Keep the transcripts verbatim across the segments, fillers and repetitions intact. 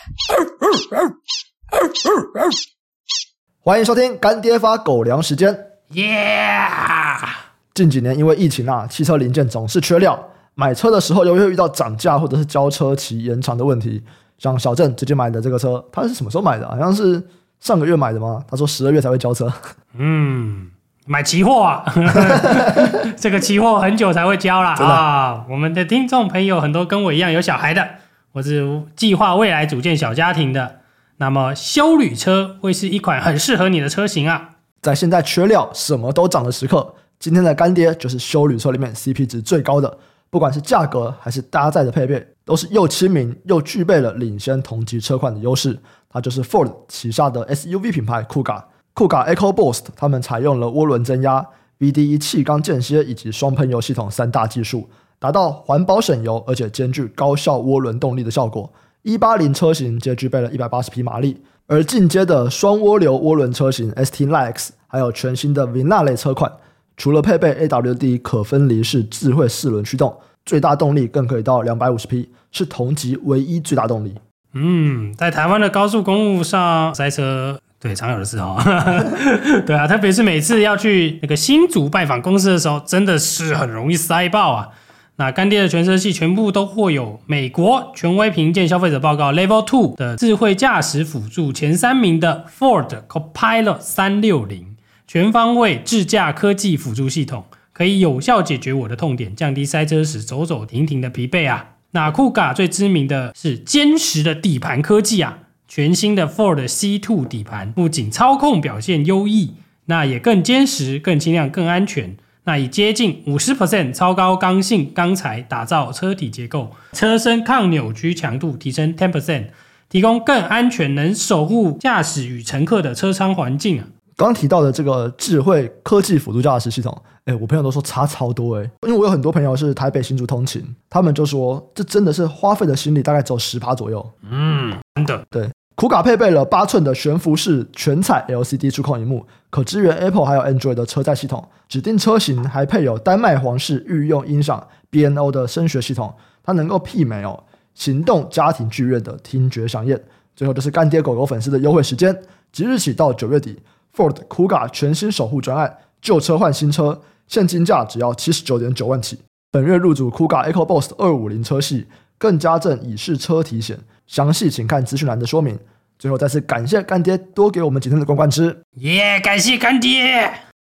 欢迎收听干爹发狗粮时间。 耶！ 近几年因为疫情啊，汽车零件总是缺料，买车的时候又会遇到涨价或者是交车期延长的问题。像小郑最近买的这个车，他是什么时候买的？好像是上个月买的吗？他说十二月才会交车。 嗯，买期货啊，这个期货很久才会交啦啊！我们的听众朋友很多跟我一样有小孩的，或是计划未来组建小家庭的，那么休旅车会是一款很适合你的车型啊！ 在现在缺料、什么都涨的时刻，今天的干爹就是休旅车里面 C P 值最高的，不管是价格还是搭载的配备，都是又亲民又具备了领先同级车款的优势。它就是 Ford 旗下的 S U V 品牌 Kuga。Kuga EcoBoost 他们采用了涡轮增压、V D E 气缸间歇以及双喷油系统三大技术，达到环保省油而且兼具高效涡轮动力的效果。一八零车型皆具备了一百八十匹马力，而进阶的双涡流涡轮车型 S T Line X 还有全新的 Vinale 车款，除了配备 A W D 可分离式智慧四轮驱动，最大动力更可以到两百五十匹，是同级唯一最大动力。 嗯，在台湾的高速公路上塞车，对，常有的事哦。对啊，特别是每次要去那个新竹拜访公司的时候，真的是很容易塞爆啊。那干爹的全车系全部都获有美国权威评鉴消费者报告 Level 二 的智慧驾驶辅助前三名的 Ford Copilot 三六零全方位智驾科技辅助系统，可以有效解决我的痛点，降低塞车时走走停停的疲惫啊。那 Kuga 最知名的是坚实的底盘科技啊，全新的 Ford C 二 底盘不仅操控表现优异，那也更坚实、更轻量、更安全。那以接近 百分之五十 超高刚性钢材打造车体结构，车身抗扭曲强度提升 百分之十， 提供更安全能守护驾驶与乘客的车舱环境啊。 刚提到的这个智慧科技辅助驾驶系统，哎，我朋友都说差超多哎，因为我有很多朋友是台北新竹通勤，他们就说这真的是花费的心力大概只有 百分之十 左右。 嗯，真的。 对，Kuga配备了八寸的悬浮式全彩 L C D 触控萤幕，可支援 Apple 还有 Android 的车载系统，指定车型还配有丹麦皇室御用音响 B N O 的声学系统，它能够媲美哦行动家庭剧院的听觉响宴。最后就是干爹狗狗粉丝的优惠时间，即日起到九月底 Ford Kuga 全新守护专案，旧车换新车，现金价只要 七十九点九万起。本月入主 Kuga EcoBoost 二五零车系，更加赠乙式车体险，详细请看资讯栏的说明。最后再次感谢干爹多给我们几天的罐罐吃， 耶、yeah, 感谢干爹。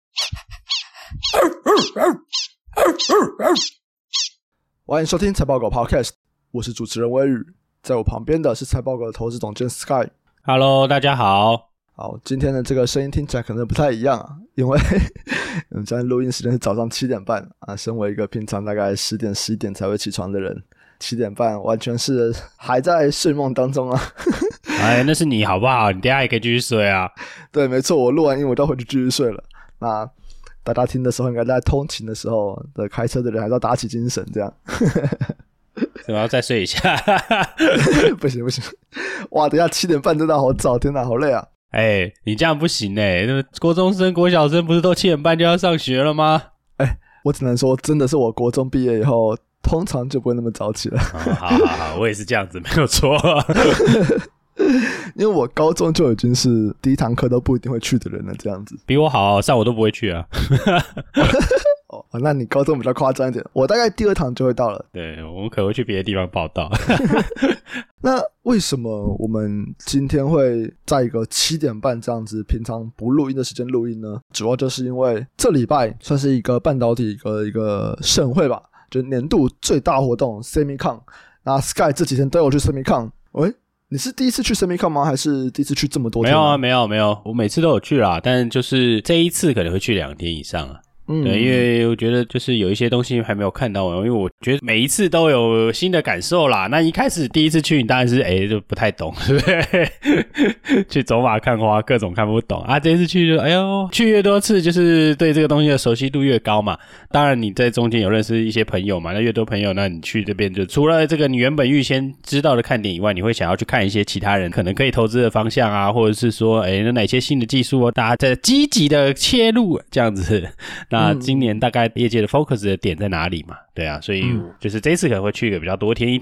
欢迎收听财报狗 Podcast， 我是主持人威宇，在我旁边的是财报狗的投资总监 Sky。 Hello 大家好。 好，今天的这个声音听起来可能不太一样啊，因为我们今天录音时间是早上七点半啊，身为一个平常大概十点十一点才会起床的人，七点半完全是还在睡梦当中啊。 哎，那是你好不好？你等一下也可以继续睡啊。 对，没错，我录完音我就回去继续睡了。那大家听的时候应该在通勤的时候的开车的人还是要打起精神这样。 我要再睡一下。 不行不行，哇，等一下七点半真的好早，天哪，好累啊。 哎，你这样不行哎！那国中生、国小生不是都七点半就要上学了吗？ 哎，我只能说，真的是我国中毕业以后，通常就不会那么早起了。 哦、好好好，我也是这样子，没有错。 因为我高中就已经是第一堂课都不一定会去的人了，这样子。 比我好，上我都不会去啊。 哦，那你高中比较夸张一点，我大概第二堂就会到了。 对，我们可能会去别的地方报到。 那为什么我们今天会在一个七点半这样子平常不录音的时间录音呢？主要就是因为这礼拜算是一个半导体一个一个盛会吧，就是年度最大活动 SemiCon。那 Sky 这几天都有去 SemiCon， 喂，你是第一次去 SemiCon 吗？还是第一次去这么多天？ 没有啊，没有没有，我每次都有去啦，但就是这一次可能会去两天以上啊。嗯，对，因为我觉得就是有一些东西还没有看到，因为我觉得每一次都有新的感受啦。那一开始第一次去，你当然是哎就不太懂，对不对？去走马看花，各种看不懂啊。这一次去就哎呦，去越多次，就是对这个东西的熟悉度越高嘛。当然你在中间有认识一些朋友嘛，那越多朋友，那你去这边就除了这个你原本预先知道的看点以外，你会想要去看一些其他人可能可以投资的方向啊，或者是说哎那哪些新的技术哦，大家在积极的切入这样子。那今年大概业界的 focus 的点在哪里嘛？对啊，所以就是这一次可能会去一个比较多天一点啦。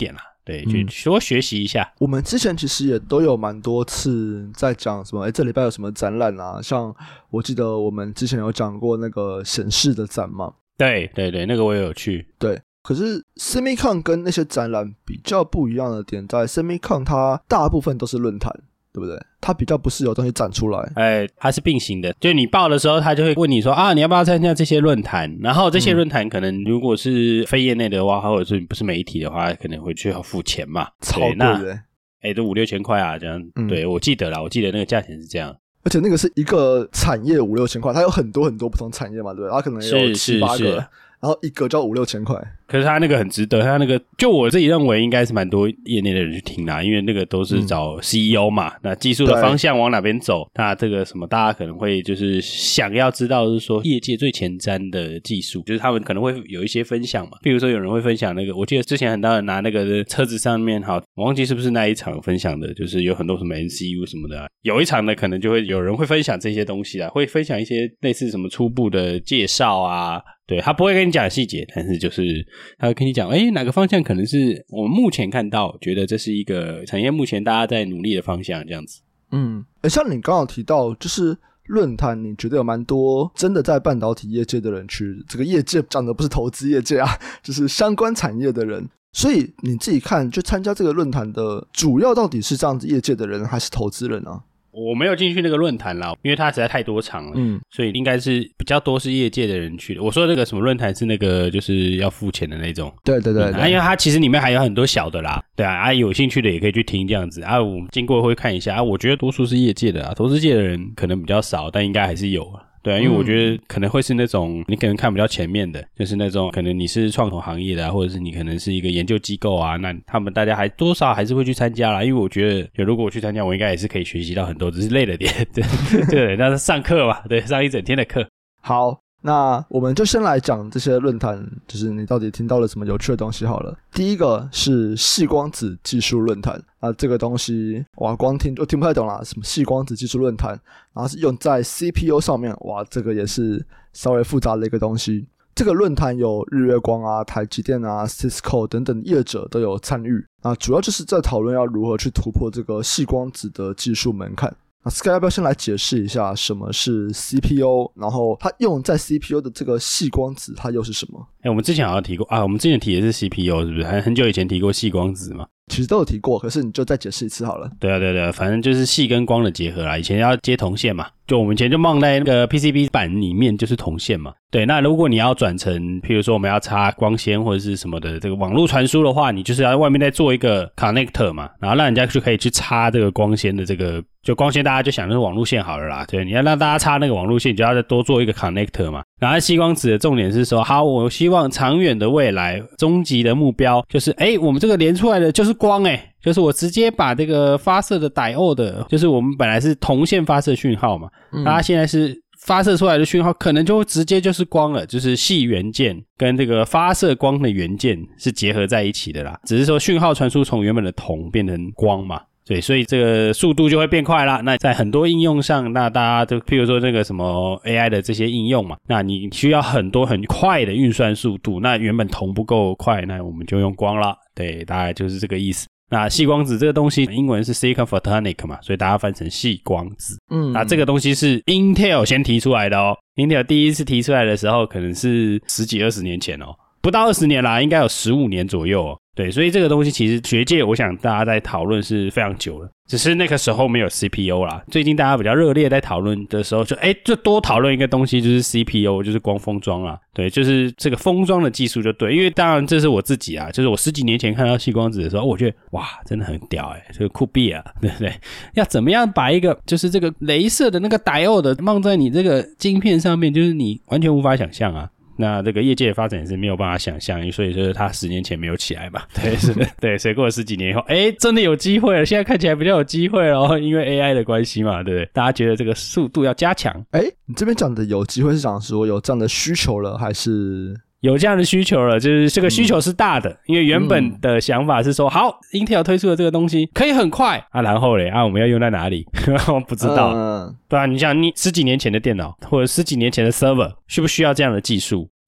对，去多学习一下、嗯。 我们之前其实也都有蛮多次在讲什么，哎，这礼拜有什么展览啊？像我记得我们之前有讲过那个显示的展嘛。 对对对，那个我也有去。 对，可是 SemiCon 跟那些展览比较不一样的点在 SemiCon 它大部分都是论坛，对不对？它比较不是有东西展出来， 哎，它是并行的。就你报的时候，他就会问你说啊，你要不要参加这些论坛？然后这些论坛可能如果是非业内的话，或者是不是媒体的话，可能会去要付钱嘛。 超贵的， 哎，都五六千块啊，这样。嗯、对，我记得啦，我记得那个价钱是这样。 而且那个是一个产业五六千块，它有很多很多不同产业嘛，对不对？它可能有七八个，然后一个就要五六千块。 可是他那个很值得，他那个就我自己认为应该是蛮多业内的人去听啦，因为那个都是找 C E O 嘛，嗯、那技术的方向往哪边走，那这个什么大家可能会就是想要知道，就是说业界最前瞻的技术，就是他们可能会有一些分享嘛，比如说有人会分享那个，我记得之前很多人拿那个车子上面，好，我忘记是不是那一场分享的，就是有很多什么 M C U 什么的、啊，有一场的可能就会有人会分享这些东西啦，会分享一些类似什么初步的介绍啊。对，他不会跟你讲细节，但是就是他会跟你讲，诶，哪个方向可能是我们目前看到，觉得这是一个产业目前大家在努力的方向，这样子。 嗯，诶，像你刚好提到，就是论坛，你觉得有蛮多真的在半导体业界的人去，这个业界讲的不是投资业界啊，就是相关产业的人。所以你自己看，就参加这个论坛的主要到底是这样子业界的人，还是投资人啊？ 我没有进去那个论坛啦，因为它实在太多场了，嗯，所以应该是比较多是业界的人去的。我说的那个什么论坛是那个就是要付钱的那种， 对对 对, 对、嗯啊、因为它其实里面还有很多小的啦，对啊，啊有兴趣的也可以去听这样子啊，我们经过会看一下啊，我觉得多数是业界的啊，投资界的人可能比较少，但应该还是有啊。对啊，因为我觉得可能会是那种你可能看比较前面的，就是那种可能你是创投行业的啊，或者是你可能是一个研究机构啊，那他们大家还多少还是会去参加啦，因为我觉得如果我去参加，我应该也是可以学习到很多，只是累了点。对对，那是上课嘛，对，上一整天的课。 好，那我们就先来讲这些论坛，就是你到底听到了什么有趣的东西好了。第一个是矽光子技术论坛，那这个东西哇，光听就听不太懂啦，什么矽光子技术论坛，然后是用在 C P U 上面，哇，这个也是稍微复杂的一个东西。这个论坛有日月光啊、台积电啊、Cisco 等等业者都有参与，那主要就是在讨论要如何去突破这个矽光子的技术门槛。那 Sky 要不要先来解释一下什么是 C P U， 然后它用在 C P U 的这个矽光子它又是什么？ 哎，我们之前好像提过啊，我们之前提的是 C P U 是不是？很很久以前提过矽光子嘛？ 其实都有提过，可是你就再解释一次好了。 对啊对啊对啊，反正就是矽跟光的结合啦。以前要接铜线嘛，就我们以前就放在那个 P C B 板里面就是铜线嘛。对，那如果你要转成，譬如说我们要插光纤或者是什么的这个网络传输的话，你就是要在外面再做一个 connector 嘛，然后让人家就可以去插这个光纤的这个，就光纤大家就想的是网路线好了啦。对，你要让大家插那个网路线，你就要再多做一个 connector 嘛。然后矽光子的重点是说，好，我希望长远的未来终极的目标就是，诶，我们这个连出来的就是光诶。就是我直接把这个发射的 diode， 就是我们本来是铜线发射讯号嘛，嗯、它现在是发射出来的讯号可能就直接就是光了，就是矽元件跟这个发射光的元件是结合在一起的啦，只是说讯号传输从原本的铜变成光嘛。对，所以这个速度就会变快啦。那在很多应用上，那大家就譬如说那个什么 A I 的这些应用嘛，那你需要很多很快的运算速度，那原本铜不够快，那我们就用光啦。对，大概就是这个意思。那矽光子这个东西英文是 Silicon Photonics 嘛，所以大家翻成矽光子。嗯，那这个东西是 Intel 先提出来的哦。Intel 第一次提出来的时候可能是十几二十年前哦，不到二十年啦，应该有十五年左右哦。对，所以这个东西其实学界我想大家在讨论是非常久了，只是那个时候没有 C P U 啦。最近大家比较热烈在讨论的时候就诶就多讨论一个东西，就是 C P U， 就是光封装啦。对，就是这个封装的技术就对，因为当然这是我自己啊，就是我十几年前看到矽光子的时候，我觉得哇真的很屌诶，这个酷毙啊，对不对？要怎么样把一个就是这个雷射的那个 diode 放在你这个晶片上面，就是你完全无法想象啊。那这个业界的发展也是没有办法想象，所以说他十年前没有起来嘛，对，是的，对，所以过了十几年以后，诶真的有机会了，现在看起来比较有机会了，因为 A I 的关系嘛，对不对？大家觉得这个速度要加强。 诶你这边讲的有机会是讲说有这样的需求了，还是有这样的需求了？就是这个需求是大的，嗯、因为原本的想法是说，好 Intel 推出的这个东西可以很快啊，然后嘞啊我们要用在哪里？我不知道。嗯，对啊，你想你十几年前的电脑或者十几年前的 server 需不需要这样的技术？那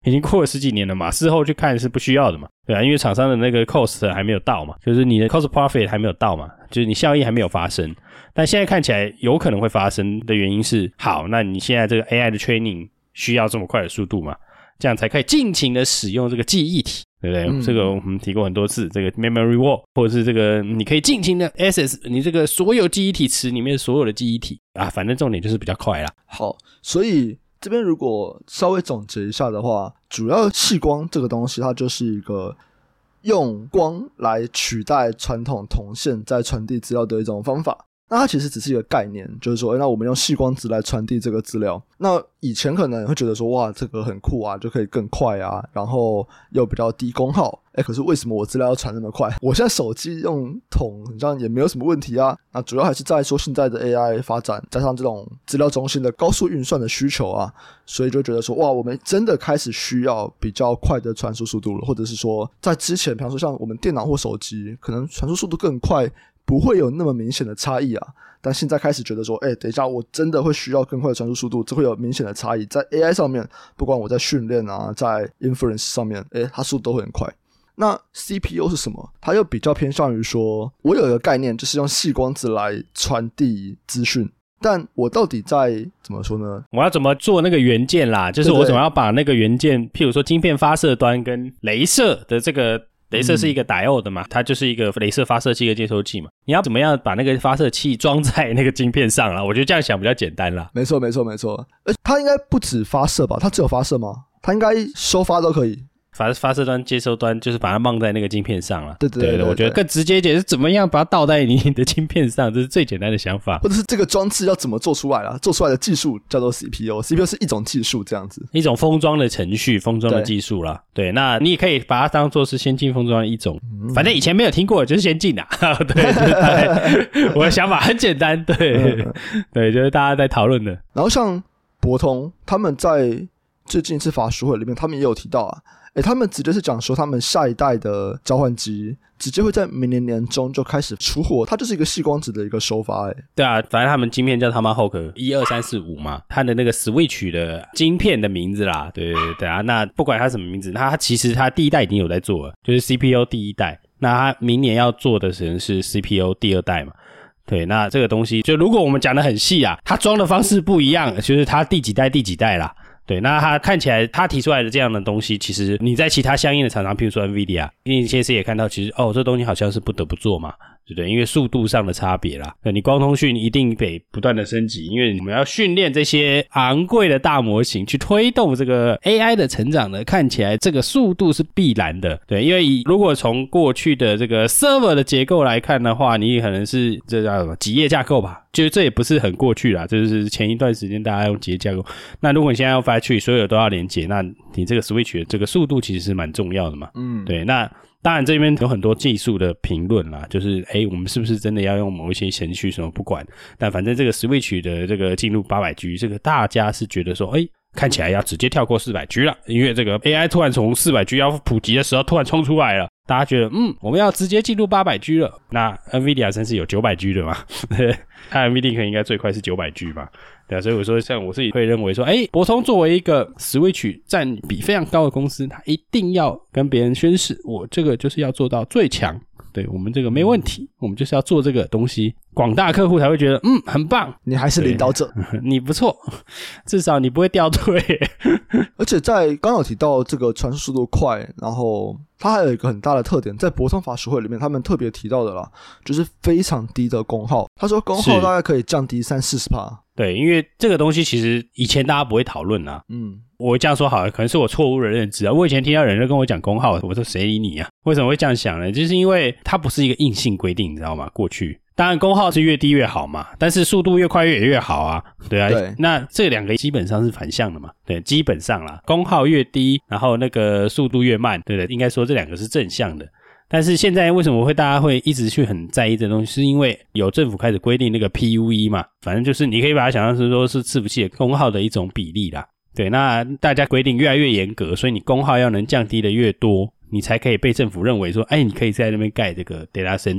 已经过了十几年了嘛，事后去看是不需要的嘛，对啊，因为厂商的那个 cost 还没有到嘛，就是你的 cost profit 还没有到嘛，就是你效益还没有发生。但现在看起来有可能会发生的原因是，好，那你现在这个 A I 的 training 需要这么快的速度嘛，这样才可以尽情的使用这个记忆体，对不对？嗯、这个我们提过很多次，这个 memory wall 或者是这个你可以尽情的 access 你这个所有记忆体池里面所有的记忆体啊，反正重点就是比较快啦。 好，所以这边如果稍微总结一下的话，主要熹光这个东西它就是一个用光来取代传统铜线在传递资料的一种方法。那它其实只是一个概念，就是说，那我们用熹光子来传递这个资料。那以前可能会觉得说，哇，这个很酷啊，就可以更快啊，然后又比较低功耗。哎，可是为什么我资料要传那么快？我现在手机用铜，好像也没有什么问题啊。那主要还是在说现在的 A I 发展，加上这种资料中心的高速运算的需求啊，所以就觉得说，哇，我们真的开始需要比较快的传输速度了，或者是说，在之前，比方说像我们电脑或手机，可能传输速度更快。不会有那么明显的差异啊，但现在开始觉得说，哎，等一下，我真的会需要更快的传输速度，这会有明显的差异。在 A I 上面，不管我在训练啊，在 inference 上面，哎，它速度都会很快。那 C P U 是什么？它又比较偏向于说，我有一个概念，就是用熹光子来传递资讯。但我到底在怎么说呢？ 我要怎么做那个元件啦？就是我怎么要把那个元件，譬如说晶片发射端跟雷射的这个。雷射是一个 diode 嘛、嗯、它就是一个雷射发射器跟接收器嘛，你要怎么样把那个发射器装在那个晶片上啦？我觉得这样想比较简单啦。 没错没错没错，它应该不止发射吧？它只有发射吗？它应该收发都可以。 发发射端接收端就是把它放在那个晶片上了。 对对 对, 对, 对, 对， 我觉得更直接一点是怎么样把它倒在你的晶片上，这是最简单的想法。 或者是这个装置要怎么做出来啦？做出来的技术叫做 C P U，C P U 是一种技术，这样子一种封装的程序，封装的技术啦。对，那你也可以把它当做是先进封装的一种、嗯、反正以前没有听过就是先进啦对，就是我的想法很简单，对对，就是大家在讨论的。 然后像博通他们在最近一次法说会里面他们也有提到啊，诶，他们直接是讲说他们下一代的交换机直接会在明年年中就开始出货，它就是一个熹光子的一个收发。诶， 对啊，反正他们晶片叫 Tomahawk 一二三四五嘛，它的那个 Switch 的晶片的名字啦，对对对啊，那不管它什么名字，它其实它第一代已经有在做了，就是 C P U 第一代，那它明年要做的可能是 C P U 第二代嘛。对，那这个东西就如果我们讲得很细啊，它装的方式不一样，就是它第几代第几代啦。对，那它看起来它提出来的这样的东西，其实你在其他相应的厂商，譬如说 NVIDIA， 因为你现在也看到其实哦这东西好像是不得不做嘛，对不对？因为速度上的差别啦，你光通讯一定得不断的升级，因为我们要训练这些昂贵的大模型去推动这个 A I 的成长呢，看起来这个速度是必然的。对，因为以如果从过去的这个 server 的结构来看的话，你可能是这叫什么几页架构吧，就这也不是很过去啦，就是前一段时间大家用几页架构。那如果你现在要 factory 所有都要连接，那你这个 switch 的这个速度其实是蛮重要的嘛。嗯，对，那当然这边有很多技术的评论啦，就是诶我们是不是真的要用某一些程序什么不管，但反正这个 switch 的这个进入 八百 G 这个大家是觉得说诶看起来要直接跳过 四百 G 了，因为这个 A I 突然从 四百 G 要普及的时候突然冲出来了，大家觉得嗯我们要直接进入 八百 G 了。那 NVIDIA 真是有 九百 G 的嘛它 NVIDIA 可能应该最快是 九百 G 嘛，对啊，所以我说像我自己会认为说诶博通作为一个 Switch 占比非常高的公司，它一定要跟别人宣示我这个就是要做到最强，对，我们这个没问题，我们就是要做这个东西，广大客户才会觉得嗯很棒， 你还是领导者你不错，至少你不会掉队而且在刚有提到这个传输速度快，然后它还有一个很大的特点，在博通法说会里面他们特别提到的啦，就是非常低的功耗，他说功耗大概可以降低 百分之三四十。 对，因为这个东西其实以前大家不会讨论啊，嗯，我这样说好了，可能是我错误的认知啊。我以前听到人就跟我讲功耗，我说谁理你啊？为什么会这样想呢？就是因为它不是一个硬性规定，你知道吗？过去当然功耗是越低越好嘛，但是速度越快越越好啊，对啊，对，那这两个基本上是反向的嘛，对，基本上啦，功耗越低，然后那个速度越慢，对不对？应该说这两个是正向的。但是现在为什么会大家会一直去很在意这东西，是因为有政府开始规定那个 P U E 嘛，反正就是你可以把它想象是说是伺服器的功耗的一种比例啦。对，那大家规定越来越严格，所以你功耗要能降低的越多，你才可以被政府认为说哎，你可以在那边盖这个 data center。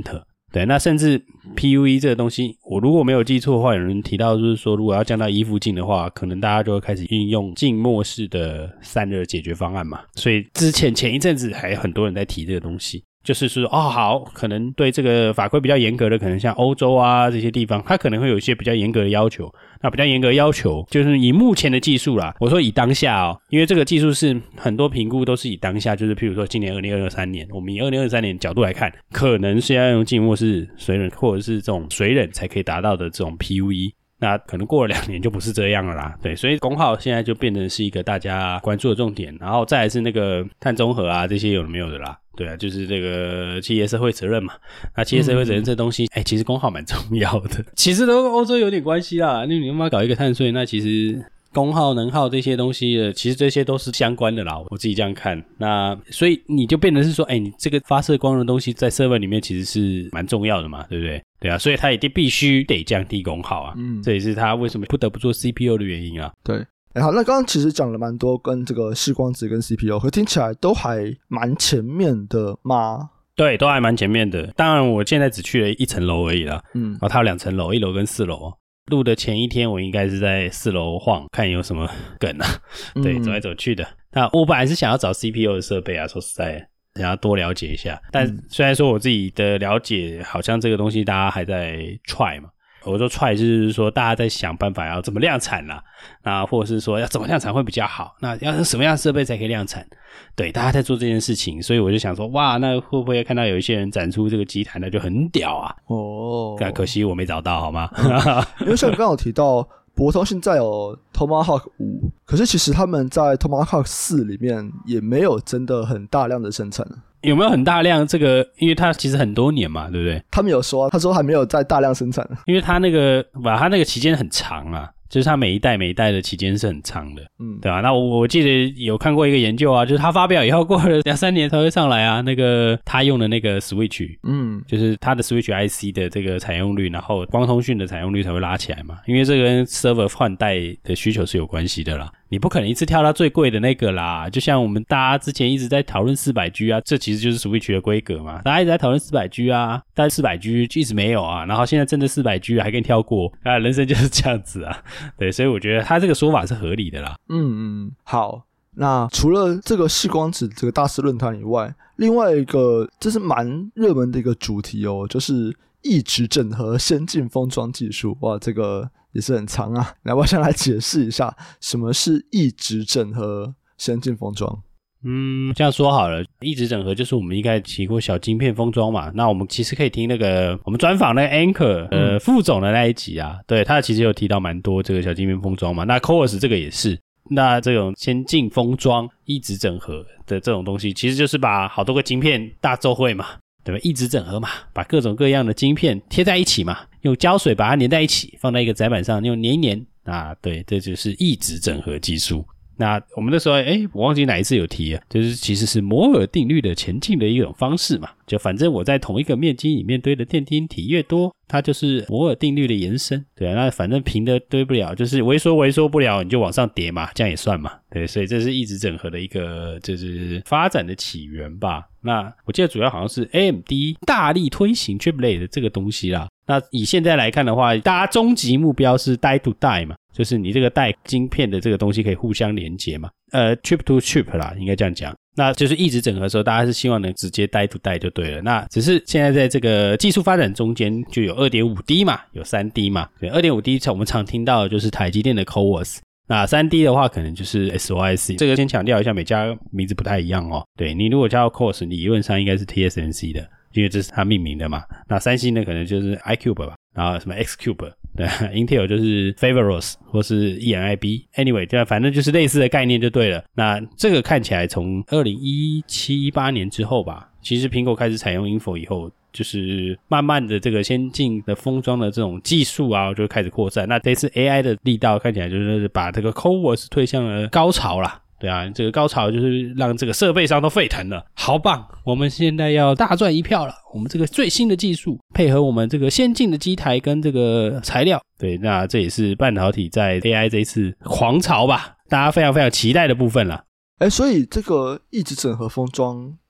对，那甚至 P U E 这个东西，我如果没有记错的话，有人提到就是说，如果要降到一附近的话，可能大家就会开始运用静默式的散热解决方案嘛。所以之前前一阵子还有很多人在提这个东西。就是说哦好，可能对这个法规比较严格的，可能像欧洲啊这些地方，它可能会有一些比较严格的要求。那比较严格的要求就是以目前的技术啦，我说以当下哦，因为这个技术是很多评估都是以当下，就是譬如说今年二零二三年，我们以二零二三年角度来看，可能是要用静默式水冷或者是这种水冷才可以达到的这种 P U E。那可能过了两年就不是这样了啦，对，所以功耗现在就变成是一个大家关注的重点，然后再来是那个碳中和啊，这些有的没有的啦，对啊，就是这个企业社会责任嘛。那企业社会责任这东西，哎、嗯欸，其实功耗蛮重要的，其实都跟欧洲有点关系啦。因为你要搞一个碳税，那其实功耗、能耗这些东西的，其实这些都是相关的啦，我自己这样看。那所以你就变成是说，哎、欸，你这个发射光的东西在server里面其实是蛮重要的嘛，对不对？对啊，所以它一定必须得降低功耗啊，嗯，这也是它为什么不得不做 C P U 的原因啊。 对，欸、好，那刚刚其实讲了蛮多跟这个视光子跟 C P U， 可听起来都还蛮前面的吗？ 对，都还蛮前面的。当然，我现在只去了一层楼而已啦，嗯，然后它有两层楼，一楼跟四楼。录的前一天，我应该是在四楼晃，看有什么梗啊，对，嗯、走来走去的。那我本来是想要找 C P U 的设备啊，说实在的。想要多了解一下，但虽然说我自己的了解好像这个东西大家还在 try 嘛，我说 try 就是说大家在想办法要怎么量产啦，那或者是说要怎么量产会比较好，那要什么样的设备才可以量产，对，大家在做这件事情，所以我就想说哇，那会不会看到有一些人展出这个机台那就很屌啊，哦，但可惜我没找到好吗？ 因为像你刚刚有提到博通现在有 Tomahawk 五，可是其实他们在 Tomahawk 四里面也没有真的很大量的生产。 有没有很大量？这个因为它其实很多年嘛，对不对？ 他们有说，他说还没有在大量生产， 因为他那个把他那个期间很长啊。就是它每一代每一代的期间是很长的，嗯，对吧？那我我记得有看过一个研究啊，就是它发表以后过了两三年才会上来啊。那个他用的那个 Switch， 嗯，就是它的 Switch I C 的这个采用率，然后光通讯的采用率才会拉起来嘛。因为这个跟 server 换代的需求是有关系的啦。你不可能一次跳到最贵的那个啦，就像我们大家之前一直在讨论 四百 G 啊，这其实就是 Switch 的规格嘛。大家一直在讨论 四百 G 啊，但是 四百 G 一直没有啊，然后现在真的 四百 G 还跟你跳过啊，人生就是这样子啊。对，所以我觉得他这个说法是合理的啦。 嗯嗯，好。那除了这个视光子这个大师论坛以外，另外一个这是蛮热门的一个主题哦，就是异质整合先进封装技术。哇，这个也是很长啊。来，我想来解释一下什么是异质整合先进封装。 嗯，这样说好了，异质整合就是我们应该提过小晶片封装嘛。那我们其实可以听那个我们专访那个 Anchor 呃、嗯、副总的那一集啊，对，他其实有提到蛮多这个小晶片封装嘛。那 Coors 这个也是。那这种先进封装异质整合的这种东西，其实就是把好多个晶片大奏会嘛，对吧？异质整合嘛，把各种各样的晶片贴在一起嘛，用胶水把它粘在一起，放在一个载板上，用粘一粘啊，对，这就是异质整合技术。那我们那时候诶我忘记哪一次有提了，就是其实是摩尔定律的前进的一种方式嘛，就反正我在同一个面积里面堆的电晶体越多，它就是摩尔定律的延伸，对啊，那反正平的堆不了，就是微缩微缩不了，你就往上叠嘛，这样也算嘛，对，所以这是异质整合的一个就是发展的起源吧。那我记得主要好像是 A M D 大力推行 Chiplet 的这个东西啦。那以现在来看的话，大家终极目标是 die to die 嘛，就是你这个带晶片的这个东西可以互相连接嘛，呃 chip to chip 啦，应该这样讲。那就是异质整合的时候，大家是希望能直接 die to die 就对了。那只是现在在这个技术发展中间就有 二点五 D 嘛，有 三 D 嘛。对 ，二点五 D 我们常听到的就是台积电的 Coors。那 三 D 的话可能就是 S O I C， 这个先强调一下，每家名字不太一样哦。对，你如果叫 Coors， 理论上应该是 T S M C 的，因为这是它命名的嘛。那三星呢可能就是 iCube 吧，然后什么 Xcube， 对 ，Intel 就是 Foveros 或是 E N I B，Anyway， 对，反正就是类似的概念就对了。那这个看起来从二零一七一八年之后吧，其实苹果开始采用 Info 以后，就是慢慢的这个先进的封装的这种技术啊，就开始扩散。那这次 A I 的力道看起来就是把这个 Coors 推向了高潮啦。对啊，这个高潮就是让这个设备商都沸腾了，好棒！我们现在要大赚一票了。我们这个最新的技术配合我们这个先进的机台跟这个材料，对，那这也是半导体在 A I 这一次狂潮吧，大家非常非常期待的部分啦。 诶，所以这个异质整合封装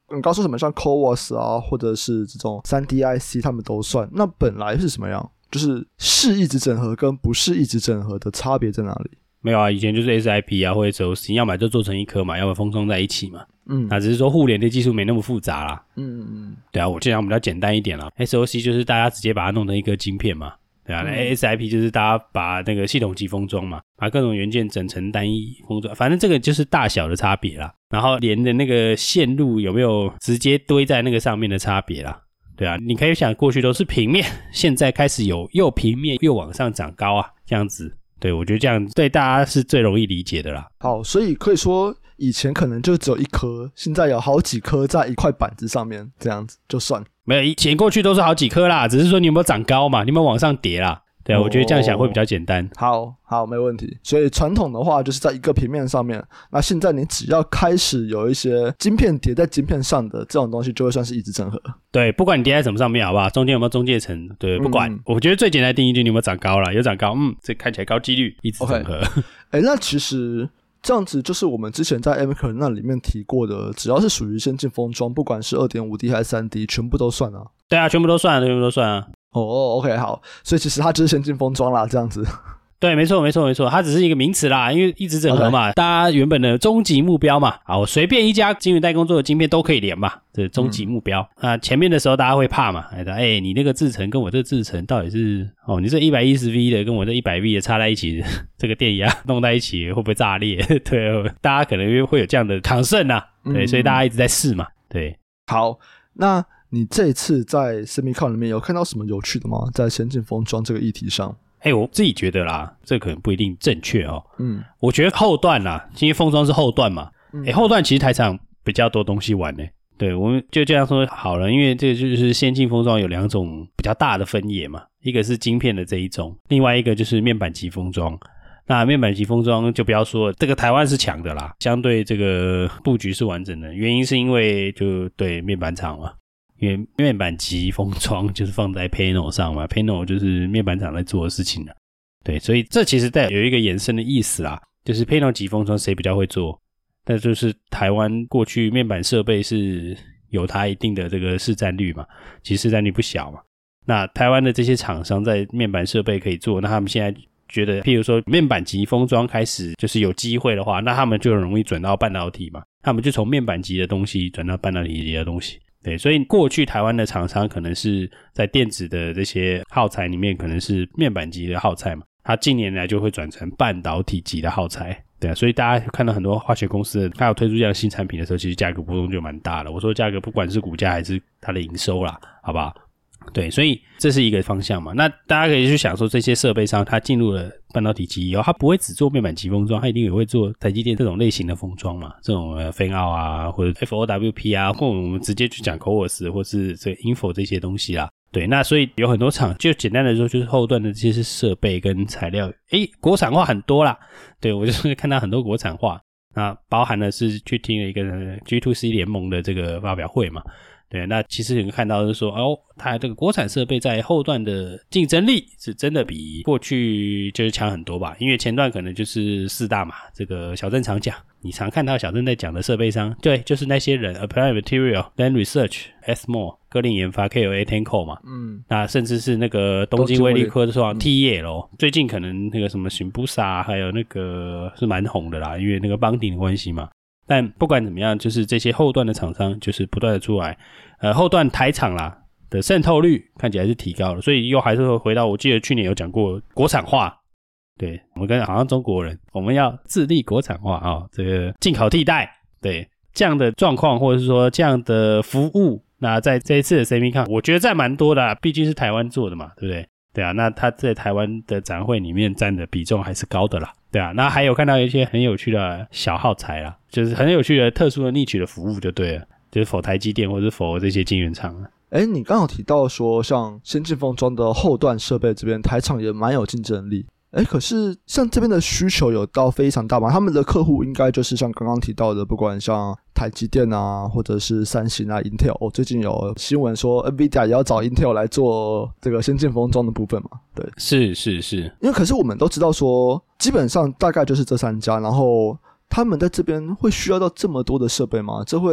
你刚说什么像 C O W A S 啊，或者是这种 三 D I C 他们都算，那本来是什么样？就是是异质整合跟不是异质整合的差别在哪里？ 没有啊，以前就是 S I P 啊或者 S O C， 要么就做成一颗嘛，要么封装在一起嘛。嗯，那只是说互联的技术没那么复杂啦。嗯嗯，对啊，我这样比较简单一点啦。S O C 就是大家直接把它弄成一个晶片嘛。对啊，那 S I P 就是大家把那个系统级封装嘛，把各种元件整成单一封装，反正这个就是大小的差别啦。然后连的那个线路有没有直接堆在那个上面的差别啦。对啊，你可以想过去都是平面，现在开始有又平面又往上长高啊，这样子。对，我觉得这样对大家是最容易理解的啦。 好，所以可以说以前可能就只有一颗，现在有好几颗在一块板子上面，这样子就算。 没有，以前过去都是好几颗啦，只是说你有没有长高嘛，你有没有往上叠啦。对啊，我觉得这样想会比较简单。 好好，没问题。所以传统的话就是在一个平面上面，那现在你只要开始有一些晶片叠在晶片上的这种东西，就会算是异质整合。 对，不管你叠在什么上面好不好，中间有没有中介层，对，不管、嗯、我觉得最简单的定义就是你有没有长高啦，有长高，嗯，这看起来高几率异质整合。 Okay. 欸，那其实这样子就是我们之前在 M K 那里面提过的，只要是属于先进封装，不管是 二点五 D 还是 三 D， 全部都算啊。 对啊，全部都算，全部都算啊。 哦、oh, ，OK， 好，所以其实它就是先进封装啦，这样子。 对，没错，没错，没错，它只是一个名词啦，因为异质整合嘛， okay. 大家原本的终极目标嘛，好，随便一家晶圆代工做的晶片都可以连嘛，这是终极目标。那、嗯、前面的时候大家会怕嘛，哎、欸，你那个制程跟我这个制程到底是，哦，你这一百一十 V 的跟我这一百 V 的插在一起，这个电压弄在一起会不会炸裂？对，大家可能会有这样的concern啊，对、嗯，所以大家一直在试嘛，对。 好，那你这一次在 SEMICON 里面有看到什么有趣的吗？在先进封装这个议题上？ 哎、欸，我自己觉得啦，这可能不一定正确哦。嗯，我觉得后段啦，因为封装是后段嘛，哎、嗯欸，后段其实台厂比较多东西玩呢。对，我们就这样说好了，因为这个就是先进封装有两种比较大的分野嘛，一个是晶片的这一种，另外一个就是面板级封装。那面板级封装就不要说了，这个台湾是强的啦，相对这个布局是完整的，原因是因为就对面板厂嘛。因为面板级封装就是放在 panel 上嘛 panel 就是面板厂在做的事情啦，对，所以这其实带有一个延伸的意思啦，就是 panel 级封装谁比较会做，但就是台湾过去面板设备是有它一定的这个市占率嘛，其实市占率不小嘛，那台湾的这些厂商在面板设备可以做，那他们现在觉得譬如说面板级封装开始就是有机会的话，那他们就很容易转到半导体嘛，他们就从面板级的东西转到半导体级的东西。对，所以过去台湾的厂商可能是在电子的这些耗材里面可能是面板级的耗材嘛，它近年来就会转成半导体级的耗材。对啊，所以大家看到很多化学公司它有推出这样新产品的时候，其实价格波动就蛮大的。我说价格不管是股价还是它的营收啦，好不好？对，所以这是一个方向嘛。那大家可以去想说，这些设备商它进入了半导体级以后，它不会只做面板级封装，它一定也会做台积电这种类型的封装嘛，这种呃 Fan Out 啊，或者 F O W P 啊，或者我们直接去讲 C O W A S 或是这个 Info 这些东西啦。对，那所以有很多厂，就简单的说，就是后段的这些设备跟材料，诶，国产化很多啦。对，我就是看到很多国产化，那包含的是去听了一个 G 二 C 联盟的这个发表会嘛。对，那其实你们看到是说，哦，它这个国产设备在后段的竞争力是真的比过去就是强很多吧？因为前段可能就是四大嘛，这个小郑常讲，你常看到小郑在讲的设备商，对，就是那些人 ，Applied Material、Lam Research、S M O、科林研发、K L A、Tenco 嘛，嗯，那甚至是那个东京威力科创 T E L， 最近可能那个什么巡布萨，还有那个是蛮红的啦，因为那个邦鼎的关系嘛。但不管怎么样，就是这些后段的厂商就是不断的出来，呃，后段台厂啦的渗透率看起来是提高了，所以又还是会回到我记得去年有讲过国产化，对，我们跟好像中国人，我们要自立国产化啊、哦，这个进口替代，对这样的状况或者是说这样的服务，那在这一次的 SEMICON 我觉得占蛮多的啊，毕竟是台湾做的嘛，对不对？对啊，那他在台湾的展会里面占的比重还是高的啦。对啊，那还有看到一些很有趣的小耗材啦，就是很有趣的特殊的niche的服务就对了，就是否台积电或者否这些晶圆厂。 诶，你刚好提到说像先进封装的后段设备这边台厂也蛮有竞争力，诶，可是像这边的需求有到非常大吗？他们的客户应该就是像刚刚提到的，不管像台积电啊，或者是三星啊 Intel， 哦，最近有新闻说 Nvidia 也要找 Intel 来做这个先进封装的部分嘛。对， 是是是， 因为可是我们都知道说基本上大概就是这三家，然后他们在这边会需要到这么多的设备吗？这会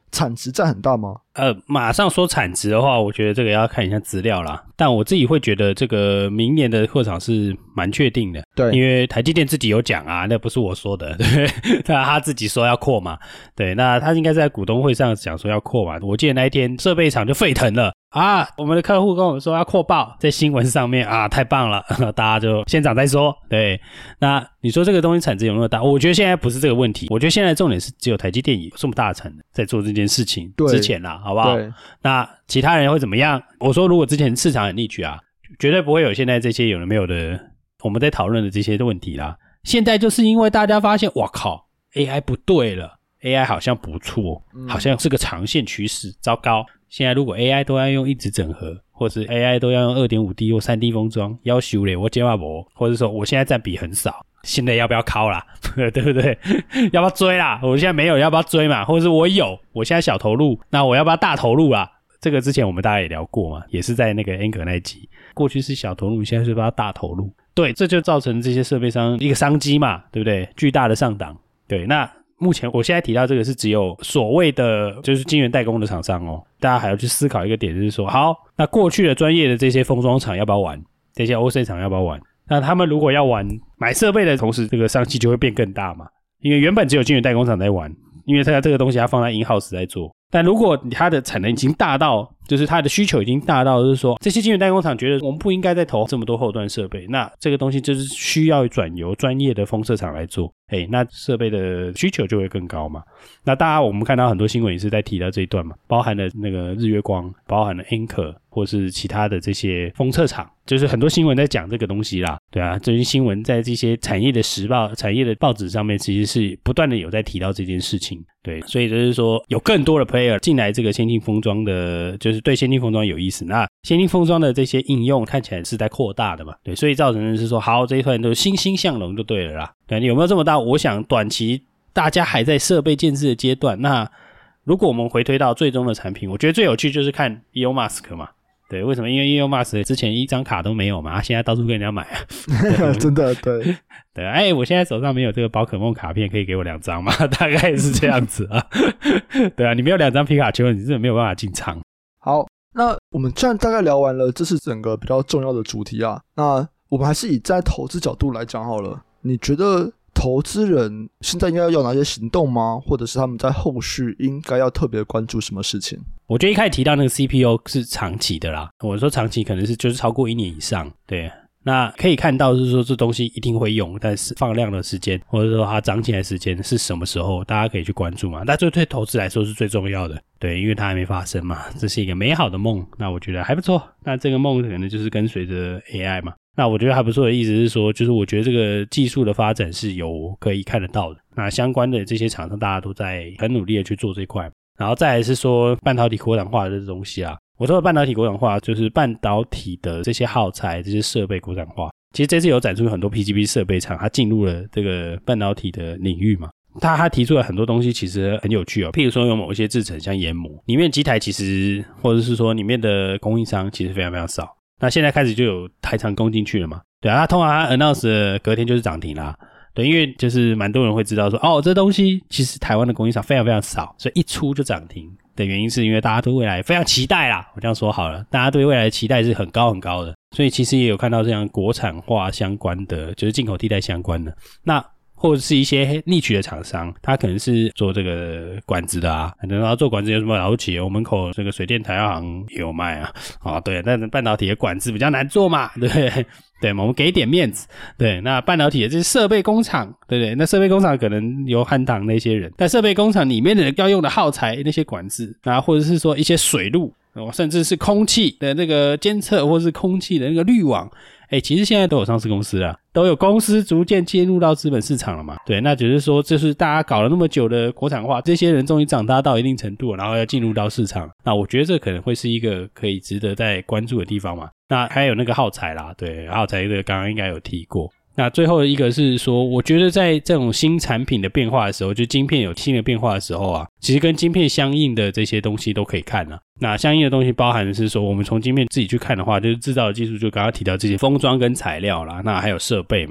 产值占很大吗？ 呃，马上说产值的话，我觉得这个要看一下资料啦。但我自己会觉得这个明年的扩厂是蛮确定的， 对， 因为台积电自己有讲啊，那不是我说的，对，他他自己说要扩嘛，对，那他应该在股东会上讲说要扩嘛。我记得那一天设备厂就沸腾了啊，我们的客户跟我们说要扩爆，在新闻上面啊，太棒了，大家就先涨再说。对，那你说这个东西产值有没有大？我觉得现在不是这个问题，我觉得现在重点是只有台积电有这么大的产能在做这件事情之前啦，好不好？ 对， 那其他人会怎么样？我说如果之前市场很逆取啊，绝对不会有现在这些有的没有的我们在讨论的这些问题啦。现在就是因为大家发现，哇靠 ，A I 不对了 ，A I 好像不错，好像是个长线趋势，糟糕。现在如果 A I 都要用一直整合，或是 A I 都要用 二点五 D 或 三 D 封装，要求咧我接话不，或者说我现在占比很少，现在要不要敲啦？对不对？要不要追啦？我现在没有，要不要追嘛？或者是我有，我现在小投入，那我要不要大投入啦？这个之前我们大家也聊过嘛，也是在那个 Anchor 那一集，过去是小投入，现在是不要大投入。对，这就造成这些设备商一个商机嘛，对不对？巨大的上档。对，那目前我现在提到这个是只有所谓的就是晶圆代工的厂商哦，大家还要去思考一个点，就是说，好，那过去的专业的这些封装厂要不要玩？这些 O C 厂要不要玩？那他们如果要玩买设备的同时，这个商机就会变更大嘛，因为原本只有晶圆代工厂在玩，因为它这个东西它放在 in-house 在做。但如果它的产能已经大到，就是它的需求已经大到，就是说这些晶圆代工厂觉得我们不应该再投这么多后端设备，那这个东西就是需要转由专业的封测厂来做，诶，那设备的需求就会更高嘛。那大家我们看到很多新闻也是在提到这一段嘛，包含了那个日月光，包含了 Anchor 或是其他的这些封测厂，就是很多新闻在讲这个东西啦。对啊，最近新闻在这些产业的时报、产业的报纸上面其实是不断的有在提到这件事情。对，所以就是说有更多的 player 进来这个先进封装的，就是对先进封装有意思。那先进封装的这些应用看起来是在扩大的嘛，对，所以造成的是说，好，这一团都欣欣向荣就对了啦。对，有没有这么大？我想短期大家还在设备建设的阶段。那如果我们回推到最终的产品，我觉得最有趣就是看 Elon Musk 嘛。对，为什么？因为 Elon Musk 之前一张卡都没有嘛，他现在到处跟人家买啊。 真的，对。 对，哎，我现在手上没有这个宝可梦卡片，可以给我两张吗？大概是这样子啊。对啊，你没有两张皮卡丘，你真的没有办法进场。 好，那我们这样大概聊完了，这是整个比较重要的主题啊。那我们还是以在投资角度来讲好了。你觉得投资人现在应该要有哪些行动吗？或者是他们在后续应该要特别关注什么事情？ 我觉得一开始提到那个 C P U 是长期的啦，我说长期可能是就是超过一年以上，对。那可以看到是说这东西一定会用，但是放量的时间或者说它涨起来的时间是什么时候，大家可以去关注嘛。但这对投资来说是最重要的，对，因为它还没发生嘛，这是一个美好的梦，那我觉得还不错。那这个梦可能就是跟随着 A I 嘛，那我觉得还不错的意思是说，就是我觉得这个技术的发展是有可以看得到的，那相关的这些厂商大家都在很努力的去做这一块。然后再来是说半导体国产化的这东西啊，我说的半导体国产化就是半导体的这些耗材、这些设备国产化。其实这次有展出很多 P C B 设备厂，它进入了这个半导体的领域嘛。他他提出了很多东西，其实很有趣哦。譬如说有某一些制程，像研磨里面机台，其实或者是说里面的供应商其实非常非常少。那现在开始就有台厂攻进去了嘛？对啊，他通常他 announce 的隔天就是涨停啦。对，因为就是蛮多人会知道说，哦，这东西其实台湾的供应商非常非常少，所以一出就涨停的原因是因为大家对未来非常期待啦。我这样说好了，大家对未来的期待是很高很高的，所以其实也有看到这样国产化相关的，就是进口替代相关的。那或者是一些逆取的厂商，他可能是做这个管子的啊，可能他做管子有什么了不起？我门口这个水电台药行也有卖啊，啊对，但是半导体的管子比较难做嘛，对不对？对，我们给点面子。对，那半导体的这些设备工厂，对不对？那设备工厂可能有汉唐那些人，但设备工厂里面的要用的耗材那些管子啊，或者是说一些水路，哦，甚至是空气的那个监测，或是空气的那个滤网。哎，其实现在都有上市公司啦，都有公司逐渐进入到资本市场了嘛。对，那只是说，就是大家搞了那么久的国产化，这些人终于长大到一定程度，然后要进入到市场。那我觉得这可能会是一个可以值得再关注的地方嘛。那还有那个耗材啦，对，耗材这个刚刚应该有提过。那最后一个是说，我觉得在这种新产品的变化的时候，就晶片有新的变化的时候啊，其实跟晶片相应的这些东西都可以看啊。那相应的东西包含的是说，我们从晶片自己去看的话，就是制造的技术，就刚刚提到这些封装跟材料啦，那还有设备嘛。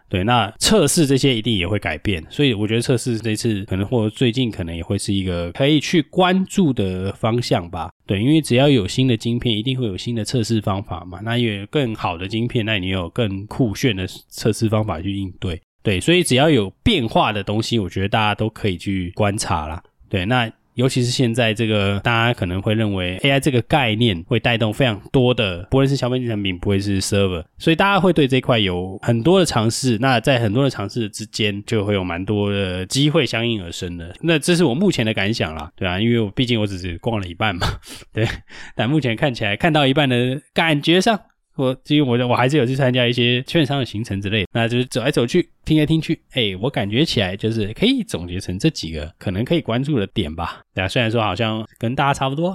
对，那测试这些一定也会改变，所以我觉得测试这次可能或者最近可能也会是一个可以去关注的方向吧。对，因为只要有新的晶片，一定会有新的测试方法嘛。那有更好的晶片，那你有更酷炫的测试方法去应对。对，所以只要有变化的东西，我觉得大家都可以去观察啦。对，那尤其是现在这个大家可能会认为 A I 这个概念会带动非常多的，不论是消费性产品，不会是 server， 所以大家会对这块有很多的尝试，那在很多的尝试之间就会有蛮多的机会相应而生的。那这是我目前的感想啦，对啊，因为我毕竟我只是逛了一半嘛，对，但目前看起来看到一半的感觉上，我因为我我还是有去参加一些券商的行程之类的，那就是走来走去听来听去，诶我感觉起来就是可以总结成这几个可能可以关注的点吧。对啊，虽然说好像跟大家差不多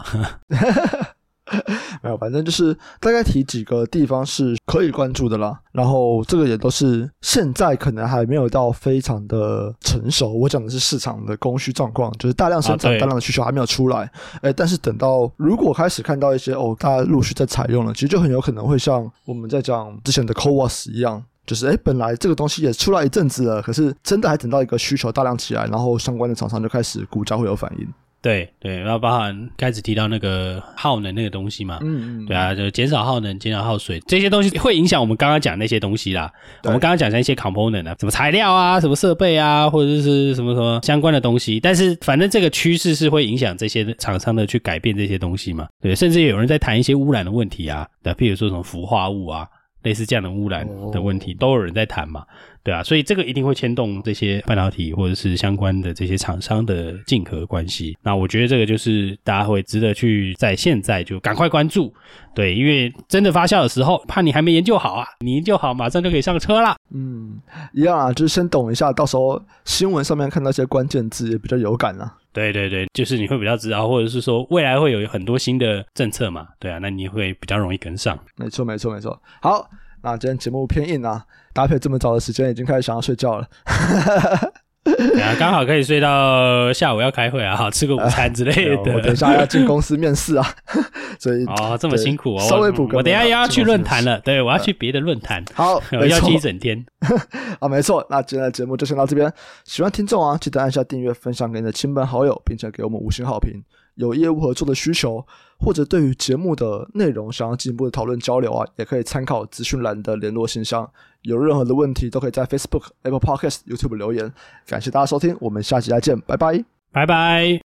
没有，反正就是大概提几个地方是可以关注的啦，然后这个也都是现在可能还没有到非常的成熟，我讲的是市场的供需状况，就是大量生产、啊、大量的需求还没有出来，诶但是等到如果开始看到一些哦，大家陆续在采用了，其实就很有可能会像我们在讲之前的 C O W A S 一样，就是诶本来这个东西也出来一阵子了，可是真的还等到一个需求大量起来，然后相关的厂商就开始股价会有反应。 对对，然后包含开始提到那个耗能那个东西嘛，嗯嗯，对啊，就减少耗能、减少耗水，这些东西会影响我们刚刚讲那些东西啦。我们刚刚讲的一些 component 啊，什么材料啊、什么设备啊，或者是什么什么相关的东西，但是反正这个趋势是会影响这些厂商的去改变这些东西嘛。对，甚至有人在谈一些污染的问题啊，对，譬如说什么氟化物啊，类似这样的污染的问题，都有人在谈嘛。对啊，所以这个一定会牵动这些半导体或者是相关的这些厂商的竞合关系。那我觉得这个就是大家会值得去在现在就赶快关注。对，因为真的发酵的时候，怕你还没研究好啊，你研究好马上就可以上车啦。 嗯，一样啊，就是先懂一下，到时候新闻上面看到一些关键字也比较有感啊。 对对对，就是你会比较知道，或者是说未来会有很多新的政策嘛，对啊，那你会比较容易跟上。 没错没错没错。好，那今天节目偏硬啊，搭配这么早的时间已经开始想要睡觉了。 对啊，刚好可以睡到下午要开会啊，好吃个午餐之类的。 我等一下要进公司面试啊，所以哦这么辛苦哦， 稍微补个。 我等一下又要去论坛了，对，我要去别的论坛。 好， 我要去一整天。 啊，没错，那今天的节目就先到这边。喜欢听众啊，记得按下订阅，分享给你的亲朋好友，并且给我们五星好评。有业务合作的需求，或者对于节目的内容想要进一步的讨论交流啊，也可以参考资讯栏的联络信箱。有任何的问题都可以在 Facebook、Apple Podcast、YouTube 留言。感谢大家收听，我们下期再见，拜拜， 拜拜。